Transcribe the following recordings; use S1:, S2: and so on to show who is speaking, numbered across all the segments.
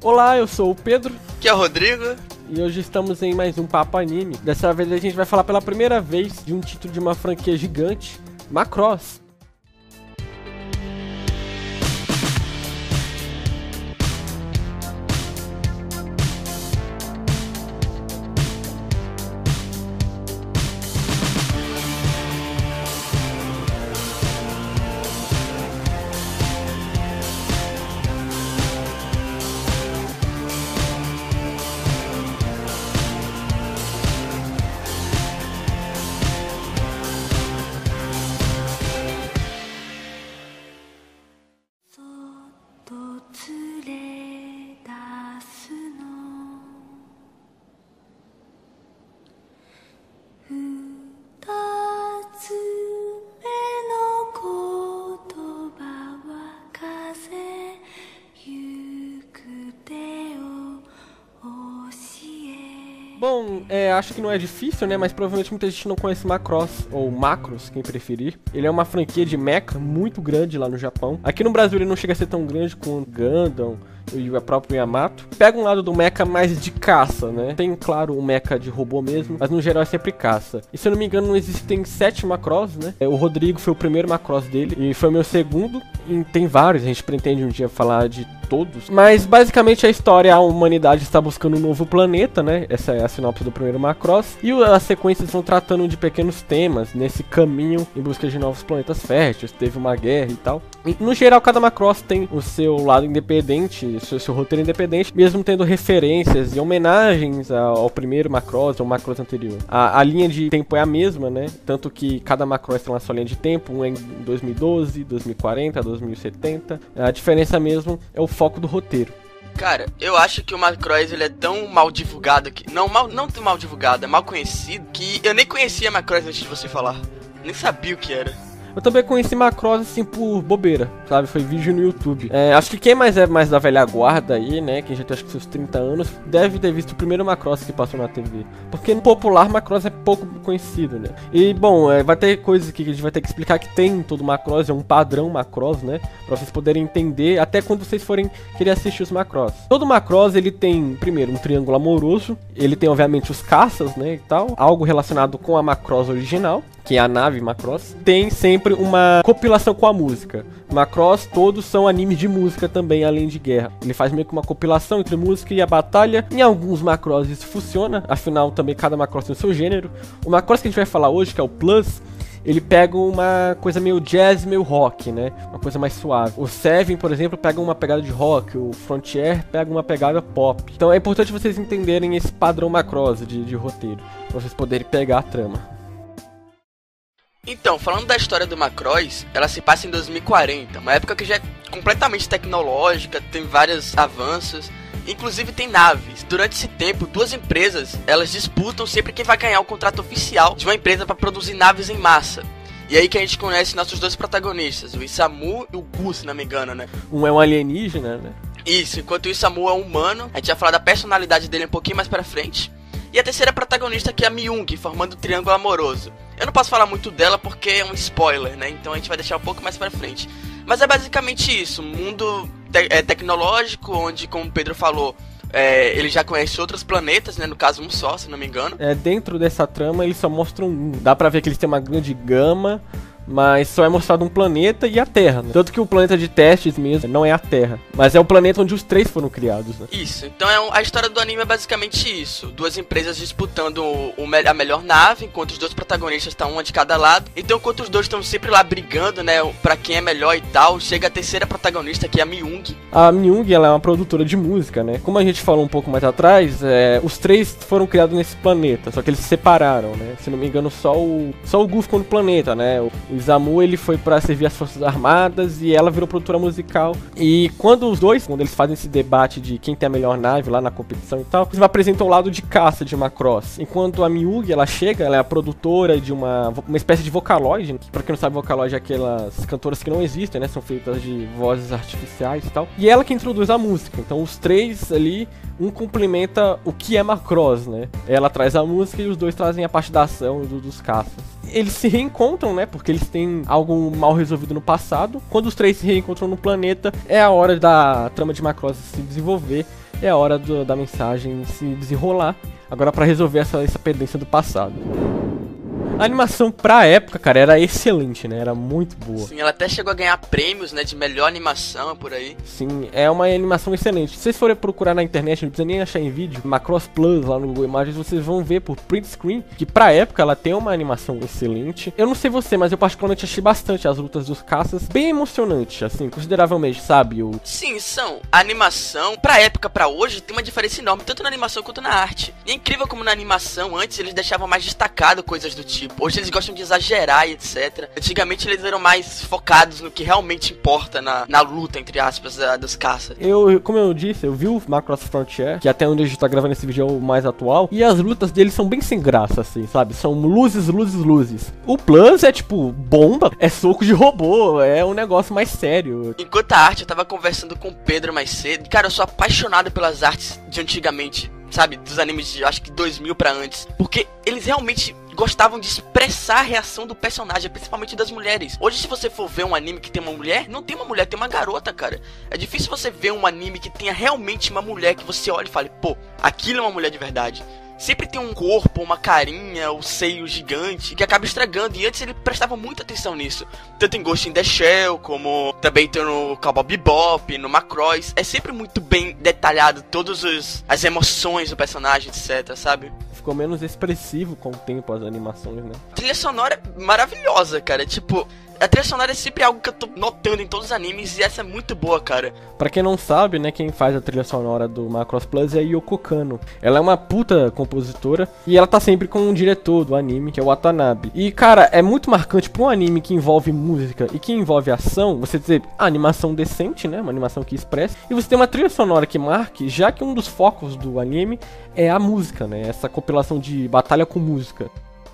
S1: Olá, eu sou o Pedro.
S2: Que é o Rodrigo.
S1: E hoje estamos em mais um Papo Anime. Dessa vez a gente vai falar pela primeira vez de um título de uma franquia gigante, Macross. Bom, acho que não é difícil, né? Mas provavelmente muita gente não conhece Macross, ou Macross, quem preferir. Ele é uma franquia de mecha muito grande lá no Japão. Aqui no Brasil ele não chega a ser tão grande quanto Gundam e o próprio Yamato. Pega um lado do mecha mais de caça, né? Tem, claro, o mecha de robô mesmo, mas no geral é sempre caça. E se eu não me engano, existem 7 Macross, né? O Rodrigo foi o primeiro Macross dele e foi o meu segundo. E tem vários, a gente pretende um dia falar de todos. Mas basicamente a história, a humanidade está buscando um novo planeta, né? Essa é a sinopse do primeiro Macross. E as sequências vão tratando de pequenos temas nesse caminho em busca de novos planetas férteis. Teve uma guerra e tal. E, no geral, cada Macross tem o seu lado independente, seu roteiro independente, mesmo tendo referências e homenagens ao primeiro Macross, ao Macross anterior. A linha de tempo é a mesma, né? Tanto que cada Macross tem uma sua linha de tempo, um é em 2012, 2040, 2070. A diferença mesmo é o foco do roteiro.
S2: Cara, eu acho que o Macross ele é tão mal divulgado que não tão mal divulgado, é mal conhecido que eu nem conhecia Macross antes de você falar. Nem sabia o que era.
S1: Eu também conheci Macross assim por bobeira, sabe? Foi vídeo no YouTube. Acho que quem mais é mais da velha guarda aí, né? Quem já tem acho que seus 30 anos, deve ter visto o primeiro Macross que passou na TV. Porque no popular Macross é pouco conhecido, né? E bom, vai ter coisas que a gente vai ter que explicar que tem em todo Macross, é um padrão Macross, né? Pra vocês poderem entender, até quando vocês forem querer assistir os Macross. Todo Macross ele tem, primeiro, um triângulo amoroso. Ele tem, obviamente, os caças, né? E tal. Algo relacionado com a Macross original, que é a nave Macross. Tem sempre uma compilação com a música. Macross todos são animes de música também, além de guerra. Ele faz meio que uma compilação entre música e a batalha. Em alguns Macross isso funciona, afinal também cada Macross tem o seu gênero. O Macross que a gente vai falar hoje, que é o Plus, ele pega uma coisa meio jazz, meio rock, né? Uma coisa mais suave. O Seven, por exemplo, pega uma pegada de rock. O Frontier pega uma pegada pop. Então é importante vocês entenderem esse padrão Macross de roteiro, pra vocês poderem pegar a trama.
S2: Então, falando da história do Macross, ela se passa em 2040, uma época que já é completamente tecnológica, tem vários avanços, inclusive tem naves. Durante esse tempo, duas empresas, elas disputam sempre quem vai ganhar o contrato oficial de uma empresa para produzir naves em massa. E aí que a gente conhece nossos dois protagonistas, o Isamu e o Gu, se não me engano, né?
S1: Um é um alienígena, né?
S2: Isso, enquanto o Isamu é um humano, a gente vai falar da personalidade dele um pouquinho mais pra frente. E a terceira protagonista que é a Myung, formando o triângulo amoroso. Eu não posso falar muito dela porque é um spoiler, né? Então a gente vai deixar um pouco mais pra frente. Mas é basicamente isso, um mundo tecnológico, onde, como o Pedro falou, ele já conhece outros planetas, né? No caso um só, se não me engano.
S1: Dentro dessa trama eles só mostram um. Dá pra ver que eles têm uma grande gama, mas só é mostrado um planeta e a Terra, né? Tanto que o planeta de testes mesmo não é a Terra, mas é o planeta onde os três foram criados, né?
S2: Isso, então a história do anime é basicamente isso. Duas empresas disputando a melhor nave, enquanto os dois protagonistas estão uma de cada lado. Então enquanto os dois estão sempre lá brigando, né, pra quem é melhor e tal, chega a terceira protagonista, que é a Myung.
S1: A Myung, ela é uma produtora de música, né? Como a gente falou um pouco mais atrás, os três foram criados nesse planeta, só que eles se separaram, né? Se não me engano, só o Gu ficou no planeta, né? O Isamu, ele foi pra servir as forças armadas e ela virou produtora musical. E quando eles fazem esse debate de quem tem a melhor nave lá na competição e tal, eles apresentam o lado de caça de Macross. Enquanto a Myung, ela chega, ela é a produtora de uma espécie de Vocaloid. Pra quem não sabe, Vocaloid é aquelas cantoras que não existem, né? São feitas de vozes artificiais e tal. E ela que introduz a música. Então os três ali, um complementa o que é Macross, né? Ela traz a música e os dois trazem a parte da ação dos caças. eles se reencontram, né? Porque eles têm algo mal resolvido no passado. Quando os três se reencontram no planeta, é a hora da trama de Macross se desenvolver. É a hora da mensagem se desenrolar. Agora pra resolver essa pendência do passado. A animação pra época, cara, era excelente, né? Era muito boa.
S2: Sim, ela até chegou a ganhar prêmios, né? De melhor animação por aí.
S1: Sim, é uma animação excelente. Se vocês forem procurar na internet, não precisa nem achar em vídeo, Macross Plus lá no Google Imagens, vocês vão ver por print screen que pra época ela tem uma animação excelente. Eu não sei você, mas eu particularmente achei bastante as lutas dos caças bem emocionante, assim, consideravelmente, sabe?
S2: Sim, são. A animação, pra época, pra hoje, tem uma diferença enorme, tanto na animação quanto na arte. E é incrível como na animação, antes eles deixavam mais destacado coisas do tipo. Hoje eles gostam de exagerar e etc. Antigamente eles eram mais focados no que realmente importa na luta, entre aspas, dos caças.
S1: Como eu disse, eu vi o Macross Frontier, que até onde a gente tá gravando esse vídeo é o mais atual, e as lutas deles são bem sem graça, assim, sabe? São luzes, luzes, luzes. O Plus é tipo bomba, é soco de robô, é um negócio mais sério.
S2: Enquanto a arte, eu tava conversando com o Pedro mais cedo. Cara, eu sou apaixonado pelas artes de antigamente, sabe? Dos animes de, acho que 2000 pra antes. Porque eles realmente gostavam de expressar a reação do personagem, principalmente das mulheres. Hoje, se você for ver um anime que tem uma mulher, não tem uma mulher, tem uma garota, cara. É difícil você ver um anime que tenha realmente uma mulher que você olha e fale, pô, aquilo é uma mulher de verdade. Sempre tem um corpo, uma carinha, o seio gigante que acaba estragando. E antes ele prestava muita atenção nisso. Tanto em Ghost in the Shell, como também tem no Cowboy Bebop, no Macross. É sempre muito bem detalhado todas as emoções do personagem, etc, sabe?
S1: Ficou menos expressivo com o tempo as animações, né?
S2: A trilha sonora é maravilhosa, cara. Tipo, a trilha sonora é sempre algo que eu tô notando em todos os animes e essa é muito boa, cara.
S1: Pra quem não sabe, né, quem faz a trilha sonora do Macross Plus é a Yoko Kanno. Ela é uma puta compositora e ela tá sempre com um diretor do anime, que é o Watanabe. E, cara, é muito marcante pra um anime que envolve música e que envolve ação, você dizer, animação decente, né, uma animação que expressa, e você tem uma trilha sonora que marque, já que um dos focos do anime é a música, né, essa compilação de batalha com música.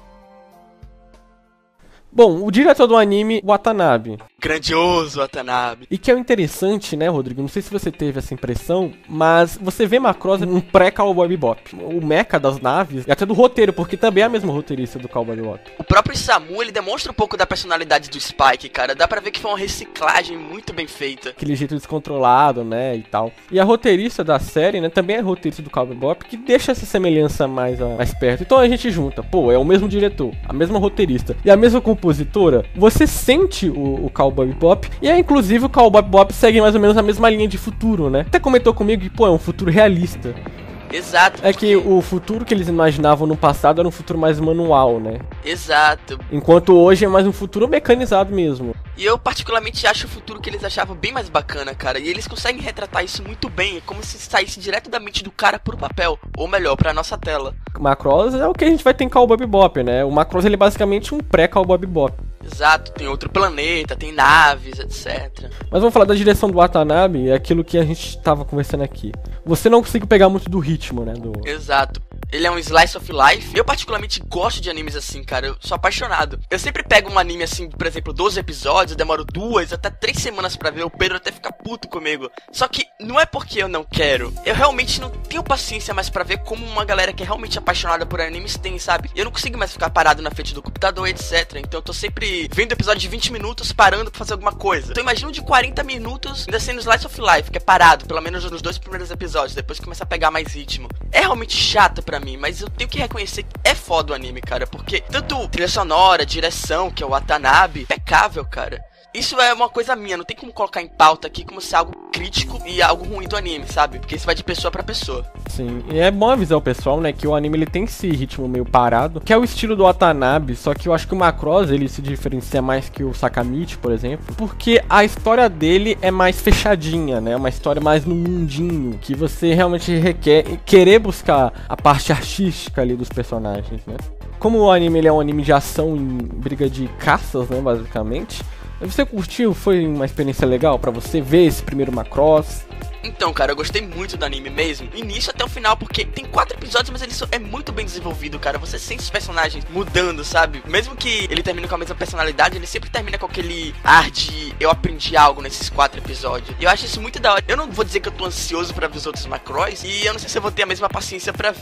S1: Bom, o diretor do anime, Watanabe.
S2: Grandioso Watanabe.
S1: E que é o interessante, né, Rodrigo? Não sei se você teve essa impressão, mas você vê Macross num pré-Cowboy Bebop. O mecha das naves, e até do roteiro, porque também é a mesma roteirista do Cowboy Bebop.
S2: O próprio Samu, ele demonstra um pouco da personalidade do Spike, cara. Dá pra ver que foi uma reciclagem muito bem feita.
S1: Aquele jeito descontrolado, né, e tal. E a roteirista da série, né, também é roteirista do Cowboy Bebop, que deixa essa semelhança mais perto. Então a gente junta, pô, é o mesmo diretor, a mesma roteirista e a mesma compositora. Você sente o Cowboy Bebop, e é inclusive o Cowboy Bebop segue mais ou menos a mesma linha de futuro, né? Até comentou comigo que, pô, é um futuro realista.
S2: Exato.
S1: É que o futuro que eles imaginavam no passado era um futuro mais manual, né?
S2: Exato.
S1: Enquanto hoje é mais um futuro mecanizado mesmo.
S2: E eu particularmente acho o futuro que eles achavam bem mais bacana, cara. E eles conseguem retratar isso muito bem. É como se saísse direto da mente do cara pro papel. Ou melhor, pra nossa tela.
S1: Macross é o que a gente vai ter em Cowboy Bebop, né? O Macross ele é basicamente um pré-Cowboy Bebop.
S2: Exato, tem outro planeta, tem naves, etc.
S1: Mas vamos falar da direção do Watanabe, é aquilo que a gente tava conversando aqui. Você não conseguiu pegar muito do ritmo, né?
S2: Exato. Ele é um slice of life. Eu particularmente gosto de animes assim, cara. Eu sou apaixonado. Eu sempre pego um anime assim, por exemplo, 12 episódios, eu demoro 2 até 3 semanas pra ver. O Pedro até fica puto comigo. Só que não é porque eu não quero. Eu realmente não tenho paciência mais pra ver como uma galera que é realmente apaixonada por animes tem, sabe? Eu não consigo mais ficar parado na frente do computador, etc. Então eu tô sempre vendo episódio de 20 minutos parando pra fazer alguma coisa. Então imagina um de 40 minutos ainda sendo slice of life, que é parado, pelo menos nos 2 primeiros episódios. Depois começa a pegar mais ritmo. É realmente chato pra mim, mas eu tenho que reconhecer que é foda o anime, cara, porque tanto trilha sonora, direção, que é o Watanabe, impecável, cara. Isso é uma coisa minha, não tem como colocar em pauta aqui como se algo crítico e algo ruim do anime, sabe? Porque isso vai de pessoa pra pessoa.
S1: Sim, e é bom avisar o pessoal, né, que o anime ele tem esse ritmo meio parado, que é o estilo do Watanabe, só que eu acho que o Macross ele se diferencia mais que o Sakamichi, por exemplo, porque a história dele é mais fechadinha, né, uma história mais no mundinho, que você realmente requer querer buscar a parte artística ali dos personagens, né. Como o anime ele é um anime de ação em briga de caças, né, basicamente. Você curtiu? Foi uma experiência legal pra você ver esse primeiro Macross?
S2: Então, cara, eu gostei muito do anime mesmo, início até o final, porque tem 4 episódios, mas ele é muito bem desenvolvido, cara. Você sente os personagens mudando, sabe? Mesmo que ele termine com a mesma personalidade, ele sempre termina com aquele ar de eu aprendi algo nesses 4 episódios. E eu acho isso muito da hora. Eu não vou dizer que eu tô ansioso pra ver os outros Macross, e eu não sei se eu vou ter a mesma paciência pra ver,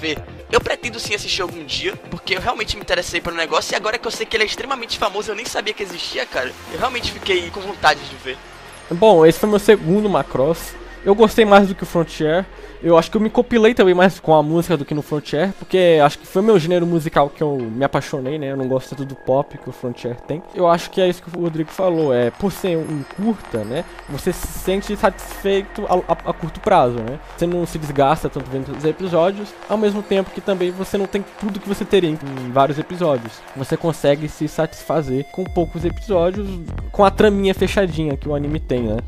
S2: eu pretendo sim assistir algum dia, porque eu realmente me interessei pelo negócio, e agora que eu sei que ele é extremamente famoso, eu nem sabia que existia, cara. Eu realmente fiquei com vontade de ver.
S1: Bom, esse foi meu segundo Macross. Eu gostei mais do que o Frontier. Eu acho que eu me compilei também mais com a música do que no Frontier, porque acho que foi meu gênero musical que eu me apaixonei, né? Eu não gosto tanto do pop que o Frontier tem. Eu acho que é isso que o Rodrigo falou, por ser um curta, né? Você se sente satisfeito a curto prazo, né? Você não se desgasta tanto vendo os episódios, ao mesmo tempo que também você não tem tudo que você teria em vários episódios. Você consegue se satisfazer com poucos episódios, com a traminha fechadinha que o anime tem, né?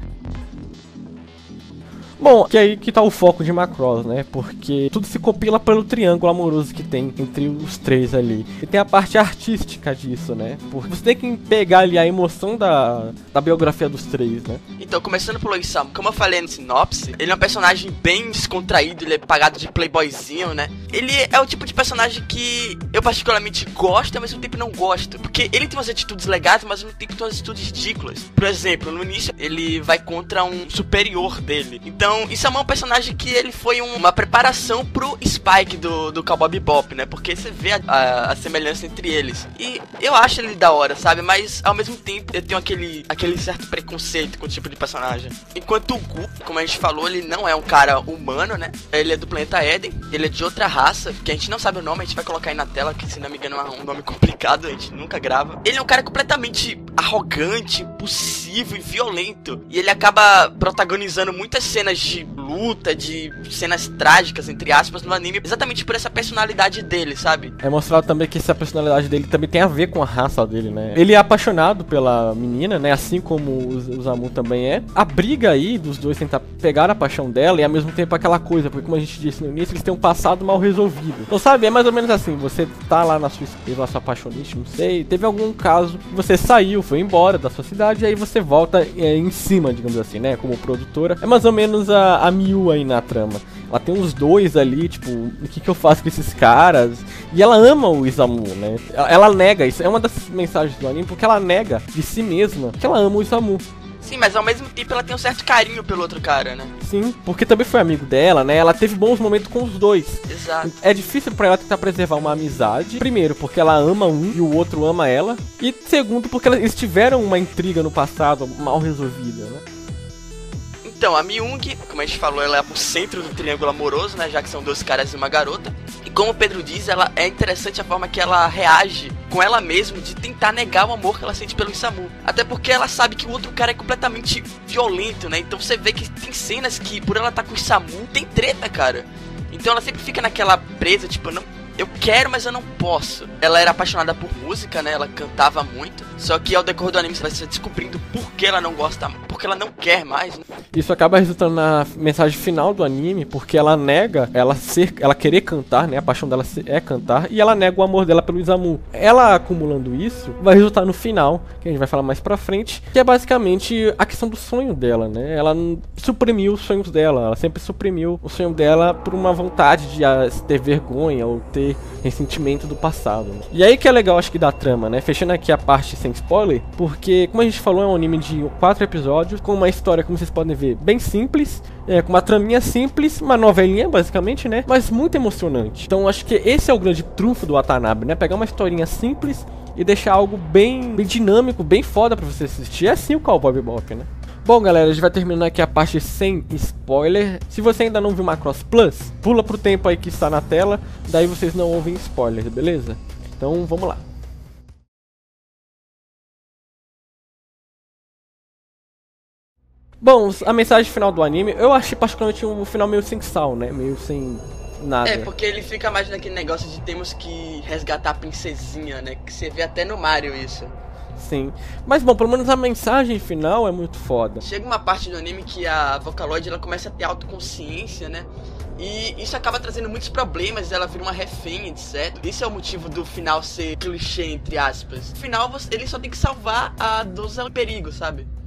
S1: Bom, que aí que tá o foco de Macross, né? Porque tudo se compila pelo triângulo amoroso que tem entre os três ali. E tem a parte artística disso, né? Porque você tem que pegar ali a emoção da biografia dos três, né?
S2: Então, começando pelo Isamu, como eu falei no sinopse, ele é um personagem bem descontraído, ele é pagado de playboyzinho, né? Ele é o tipo de personagem que eu particularmente gosto e ao mesmo tempo não gosto. Porque ele tem umas atitudes legais, mas ao mesmo tempo tem umas atitudes ridículas. Por exemplo, no início ele vai contra um superior dele. Então, Isamu é um personagem que ele foi uma preparação pro Spike do Cowboy Bebop, né? Porque você vê a semelhança entre eles. E eu acho ele da hora, sabe? Mas ao mesmo tempo eu tenho aquele certo preconceito com o tipo de personagem. Enquanto o Gu, como a gente falou, ele não é um cara humano, né? Ele é do planeta Eden, ele é de outra raça, que a gente não sabe o nome, a gente vai colocar aí na tela, que se não me engano é um nome complicado, a gente nunca grava. Ele é um cara completamente arrogante, impulsivo e violento. E ele acaba protagonizando muitas cenas de luta, de cenas trágicas, entre aspas, no anime, exatamente por essa personalidade dele, sabe?
S1: É mostrado também que essa personalidade dele também tem a ver com a raça dele, né? Ele é apaixonado pela menina, né? Assim como o Zamu também é. A briga aí dos dois tentar pegar a paixão dela e ao mesmo tempo aquela coisa, porque como a gente disse no início, eles têm um passado mal resolvido. Então, sabe, é mais ou menos assim, você tá lá na sua apaixonite, não sei, teve algum caso que você saiu, foi embora da sua cidade e aí você volta em cima, digamos assim, né? Como produtora. É mais ou menos a Miu aí na trama. Ela tem uns dois ali, tipo, o que eu faço com esses caras? E ela ama o Isamu, né? Ela nega, isso é uma das mensagens do anime, porque ela nega de si mesma que ela ama o Isamu.
S2: Sim, mas ao mesmo tempo ela tem um certo carinho pelo outro cara, né?
S1: Sim, porque também foi amigo dela, né? Ela teve bons momentos com os dois.
S2: Exato.
S1: É difícil pra ela tentar preservar uma amizade. Primeiro, porque ela ama um e o outro ama ela. E segundo, porque eles tiveram uma intriga no passado mal resolvida, né?
S2: Então, a Myung, como a gente falou, ela é o centro do triângulo amoroso, né? Já que são dois caras e uma garota. E como o Pedro diz, ela é interessante a forma que ela reage com ela mesma de tentar negar o amor que ela sente pelo Isamu. Até porque ela sabe que o outro cara é completamente violento, né? Então você vê que tem cenas que, por ela estar com o Isamu, tem treta, cara. Então ela sempre fica naquela presa, tipo, não, eu quero, mas eu não posso. Ela era apaixonada por música, né? Ela cantava muito. Só que ao decorrer do anime você vai se descobrindo por que ela não gosta, porque ela não quer mais, né?
S1: Isso acaba resultando na mensagem final do anime, porque ela nega ela querer cantar, né? A paixão dela é cantar, e ela nega o amor dela pelo Isamu. Ela acumulando isso, vai resultar no final, que a gente vai falar mais pra frente, que é basicamente a questão do sonho dela, né? Ela suprimiu os sonhos dela, ela sempre suprimiu o sonho dela por uma vontade de ter vergonha ou ter ressentimento do passado, né? E aí que é legal, acho que da trama, né? Fechando aqui a parte sem spoiler, porque como a gente falou, é um anime de 4 episódios, com uma história, como vocês podem ver, bem simples, com uma traminha simples, uma novelinha basicamente, né? Mas muito emocionante. Então acho que esse é o grande trunfo do Watanabe, né? Pegar uma historinha simples e deixar algo bem dinâmico, bem foda pra você assistir. É assim o Cowboy Bebop, né? Bom, galera, a gente vai terminar aqui a parte sem spoiler. Se você ainda não viu Macross Plus, pula pro tempo aí que está na tela, daí vocês não ouvem spoilers, beleza? Então, vamos lá. Bom, a mensagem final do anime, eu achei particularmente um final meio sem sal, né? Meio sem nada.
S2: É, porque ele fica mais naquele negócio de temos que resgatar a princesinha, né? Que você vê até no Mario isso.
S1: Sim, mas bom, pelo menos a mensagem final é muito foda.
S2: Chega uma parte do anime que a Vocaloid ela começa a ter autoconsciência, né? E isso acaba trazendo muitos problemas, ela vira uma refém, etc. Esse é o motivo do final ser clichê, entre aspas. No final, ele só tem que salvar a Doza do perigo, sabe?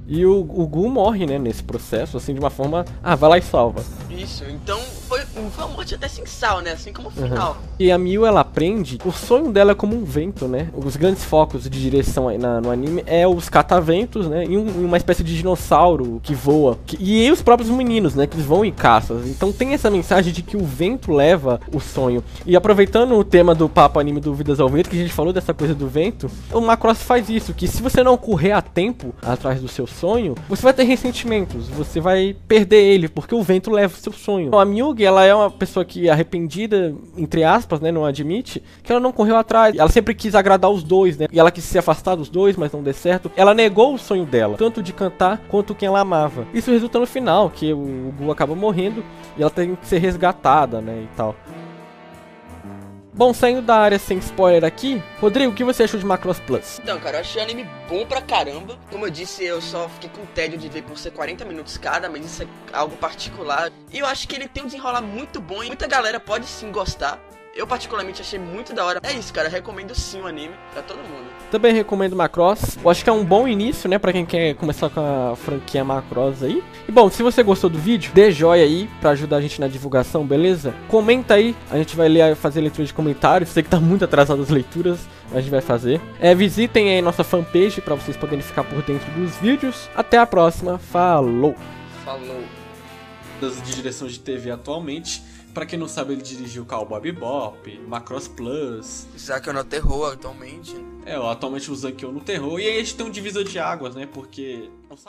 S1: E o Gu morre, né, nesse processo, assim, de uma forma... Ah, vai lá e salva.
S2: Isso, então foi uma morte até sem sal, né? Assim como o final.
S1: E a Miu, ela aprende, o sonho dela é como um vento, né? Os grandes focos de direção aí no anime é os cataventos, né? E uma espécie de dinossauro que voa. E os próprios meninos, né? Que eles vão em caças. Então tem essa mensagem de que o vento leva o sonho. E aproveitando o tema do papo anime do Vidas ao Vento, que a gente falou dessa coisa do vento, o Macross faz isso, que se você não correr a tempo atrás do seu sonho, você vai ter ressentimentos, você vai perder ele, porque o vento leva o seu sonho. A Miyugi, ela é uma pessoa que arrependida, entre aspas, né, não admite, que ela não correu atrás. Ela sempre quis agradar os dois, né, e ela quis se afastar dos dois, mas não deu certo. Ela negou o sonho dela, tanto de cantar quanto quem ela amava. Isso resulta no final, que o Gu acaba morrendo e ela tem que ser resgatada, né, e tal. Bom, saindo da área sem spoiler aqui, Rodrigo, o que você achou de Macross Plus?
S2: Então, cara, eu achei o anime bom pra caramba. Como eu disse, eu só fiquei com tédio de ver por ser 40 minutos cada, mas isso é algo particular. E eu acho que ele tem um desenrolar muito bom e muita galera pode sim gostar. Eu particularmente achei muito da hora. É isso, cara, eu recomendo sim o anime pra todo mundo.
S1: Também recomendo Macross. Eu acho que é um bom início, né, pra quem quer começar com a franquia Macross aí. E bom, se você gostou do vídeo, dê joinha aí pra ajudar a gente na divulgação, beleza? Comenta aí, a gente vai ler, fazer leitura de comentários. Sei que tá muito atrasado as leituras, mas a gente vai fazer. Visitem aí nossa fanpage pra vocês poderem ficar por dentro dos vídeos. Até a próxima, falou!
S2: Falou!
S3: De direção de TV atualmente. Pra quem não sabe, ele dirigiu Cowboy Bebop, Macross Plus.
S2: Zack no Terror atualmente.
S3: Atualmente o Zankyo no Terror. E aí a gente tem um divisor de águas, né? Porque